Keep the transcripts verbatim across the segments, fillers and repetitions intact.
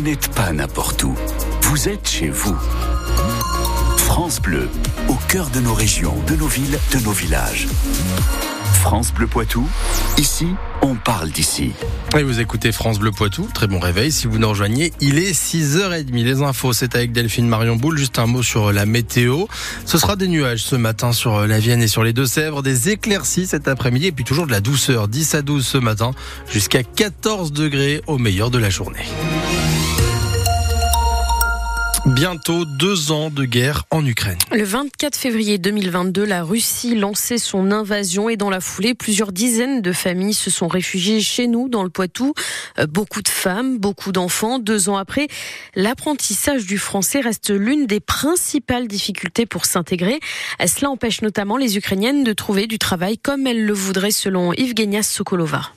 n'êtes pas n'importe où. Vous êtes chez vous. France Bleu, au cœur de nos régions, de nos villes, de nos villages. France Bleu Poitou, ici, on parle d'ici. Et vous écoutez France Bleu Poitou, très bon réveil. Si vous nous rejoignez, il est six heures trente. Les infos, c'est avec Delphine Marion Boule. Juste un mot sur la météo. Ce sera des nuages ce matin sur la Vienne et sur les Deux-Sèvres, des éclaircies cet après-midi et puis toujours de la douceur. dix à douze ce matin, jusqu'à quatorze degrés au meilleur de la journée. Bientôt deux ans de guerre en Ukraine. Le vingt-quatre février deux mille vingt-deux, la Russie lançait son invasion et dans la foulée, plusieurs dizaines de familles se sont réfugiées chez nous, dans le Poitou. Beaucoup de femmes, beaucoup d'enfants. Deux ans après, l'apprentissage du français reste l'une des principales difficultés pour s'intégrer. Cela empêche notamment les Ukrainiennes de trouver du travail comme elles le voudraient, selon Evgenia Sokolova.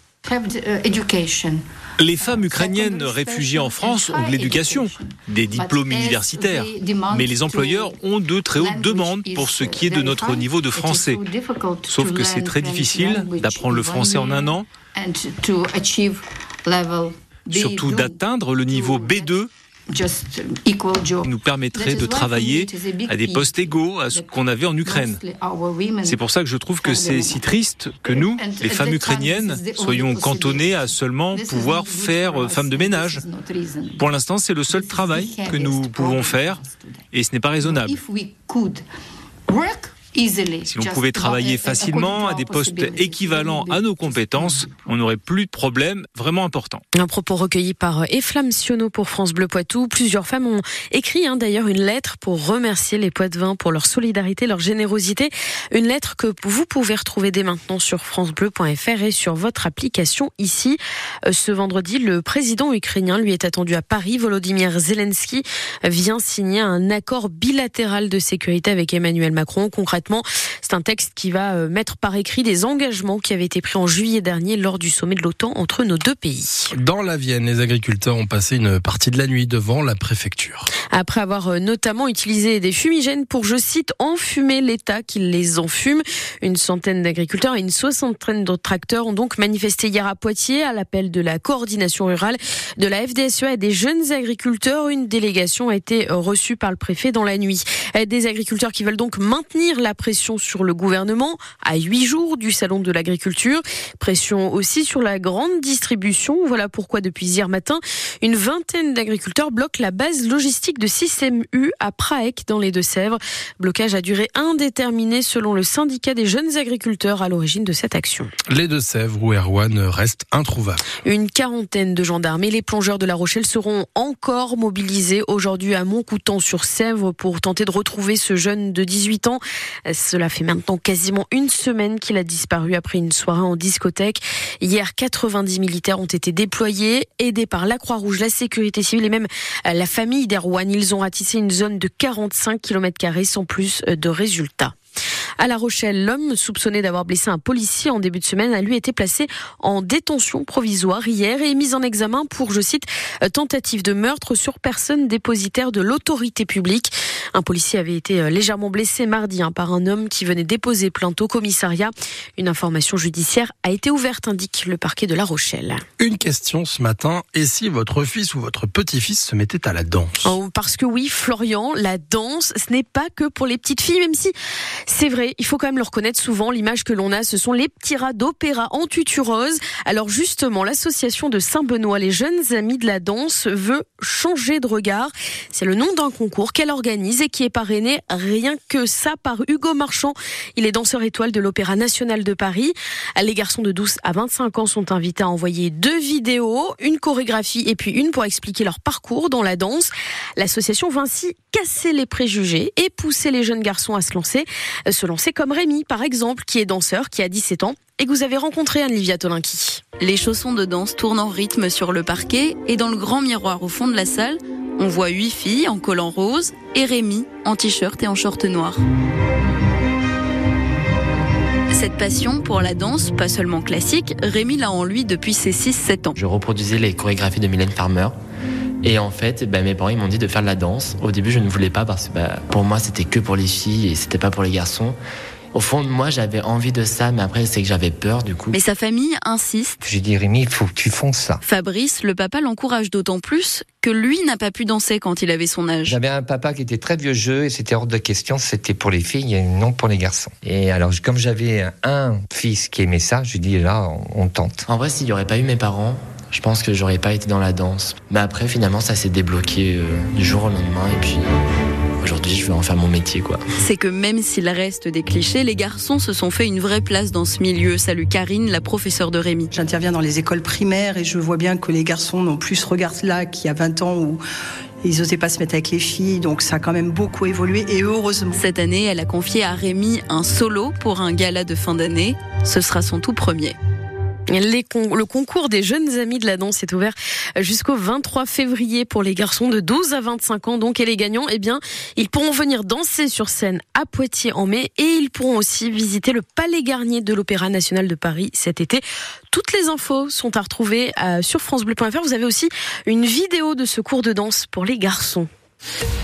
Les femmes ukrainiennes réfugiées en France ont de l'éducation, des diplômes universitaires, mais les employeurs ont de très hautes demandes pour ce qui est de notre niveau de français. Sauf que c'est très difficile d'apprendre le français en un an, surtout d'atteindre le niveau B deux, qui nous permettrait de travailler à des postes égaux à ce qu'on avait en Ukraine. C'est pour ça que je trouve que c'est si triste que nous, les femmes ukrainiennes, soyons cantonnées à seulement pouvoir faire femme de ménage. Pour l'instant, c'est le seul travail que nous pouvons faire et ce n'est pas raisonnable. Si l'on pouvait travailler facilement à des postes équivalents à nos compétences, on n'aurait plus de problèmes vraiment importants. Un propos recueilli par Eflamme Sionneau pour France Bleu Poitou. Plusieurs femmes ont écrit hein, d'ailleurs une lettre pour remercier les Poitevins pour leur solidarité, leur générosité. Une lettre que vous pouvez retrouver dès maintenant sur francebleu point f r et sur votre application ici. Ce vendredi, le président ukrainien lui est attendu à Paris. Volodymyr Zelensky vient signer un accord bilatéral de sécurité avec Emmanuel Macron. Concrètement, c'est un texte qui va mettre par écrit des engagements qui avaient été pris en juillet dernier lors du sommet de l'OTAN entre nos deux pays. Dans la Vienne, les agriculteurs ont passé une partie de la nuit devant la préfecture. Après avoir notamment utilisé des fumigènes pour, je cite, enfumer l'État qui les enfume. Une centaine d'agriculteurs et une soixantaine de tracteurs ont donc manifesté hier à Poitiers à l'appel de la coordination rurale, de la F D S E A et des jeunes agriculteurs. Une délégation a été reçue par le préfet dans la nuit. Des agriculteurs qui veulent donc maintenir la pression sur le gouvernement à huit jours du salon de l'agriculture. Pression aussi sur la grande distribution. Voilà pourquoi depuis hier matin, une vingtaine d'agriculteurs bloquent la base logistique de Système U à Praec dans les Deux-Sèvres. Blocage à durée indéterminée selon le syndicat des jeunes agriculteurs à l'origine de cette action. Les Deux-Sèvres où Erwan reste introuvable. Une quarantaine de gendarmes et les plongeurs de La Rochelle seront encore mobilisés aujourd'hui à Montcoutan-sur-Sèvre pour tenter de retrouver ce jeune de dix-huit ans. Cela fait maintenant quasiment une semaine qu'il a disparu après une soirée en discothèque. Hier, quatre-vingt-dix militaires ont été déployés, aidés par la Croix-Rouge, la sécurité civile et même la famille d'Erwan. Ils ont ratissé une zone de quarante-cinq kilomètres carrés sans plus de résultats. À La Rochelle, l'homme soupçonné d'avoir blessé un policier en début de semaine a lui été placé en détention provisoire hier et mis en examen pour, je cite, tentative de meurtre sur personne dépositaire de l'autorité publique. Un policier avait été légèrement blessé mardi hein, par un homme qui venait déposer plainte au commissariat. Une information judiciaire a été ouverte, indique le parquet de La Rochelle. Une question ce matin, et si votre fils ou votre petit-fils se mettait à la danse ? Oh, parce que oui, Florian, la danse, ce n'est pas que pour les petites filles, même si c'est vrai, il faut quand même le reconnaître, souvent l'image que l'on a, ce sont les petits rats d'opéra en tutu rose. Alors justement, l'association de Saint-Benoît, les jeunes amis de la danse, veut changer de regard. C'est le nom d'un concours qu'elle organise et qui est parrainé rien que ça par Hugo Marchand. Il est danseur étoile de l'Opéra National de Paris. Les garçons de douze à vingt-cinq ans sont invités à envoyer deux vidéos, une chorégraphie et puis une pour expliquer leur parcours dans la danse. L'association veut ainsi casser les préjugés et pousser les jeunes garçons à se lancer. Se lancer comme Rémi, par exemple, qui est danseur, qui a dix-sept ans et que vous avez rencontré, Anne-Livia Tolinki. Les chaussons de danse tournent en rythme sur le parquet et dans le grand miroir au fond de la salle, on voit huit filles en collant rose et Rémi en t-shirt et en short noir. Cette passion pour la danse, pas seulement classique, Rémi l'a en lui depuis ses six sept ans. Je reproduisais les chorégraphies de Mylène Farmer. Et en fait, bah, mes parents ils m'ont dit de faire de la danse. Au début, je ne voulais pas parce que bah, pour moi, c'était que pour les filles et c'était pas pour les garçons. Au fond de moi, j'avais envie de ça, mais après, c'est que j'avais peur du coup. Mais sa famille insiste. J'ai dit, Rémi, il faut que tu fonces ça. Fabrice, le papa, l'encourage d'autant plus que lui n'a pas pu danser quand il avait son âge. J'avais un papa qui était très vieux jeu et c'était hors de question, c'était pour les filles et non pour les garçons. Et alors, comme j'avais un fils qui aimait ça, je lui dis, là, on, on tente. En vrai, s'il n'y aurait pas eu mes parents, je pense que j'aurais pas été dans la danse. Mais après, finalement, ça s'est débloqué euh, du jour au lendemain et puis... Aujourd'hui, je vais en faire mon métier, quoi. C'est que même s'il reste des clichés, les garçons se sont fait une vraie place dans ce milieu. Salue Karine, la professeure de Rémi. J'interviens dans les écoles primaires et je vois bien que les garçons n'ont plus ce regard-là qu'il y a vingt ans où ils n'osaient pas se mettre avec les filles. Donc ça a quand même beaucoup évolué et heureusement. Cette année, elle a confié à Rémi un solo pour un gala de fin d'année. Ce sera son tout premier. Les con- le concours des jeunes amis de la danse est ouvert jusqu'au vingt-trois février pour les garçons de douze à vingt-cinq ans. Donc, et les gagnants, eh bien, ils pourront venir danser sur scène à Poitiers en mai et ils pourront aussi visiter le Palais Garnier de l'Opéra National de Paris cet été. Toutes les infos sont à retrouver sur francebleu point f r. Vous avez aussi une vidéo de ce cours de danse pour les garçons.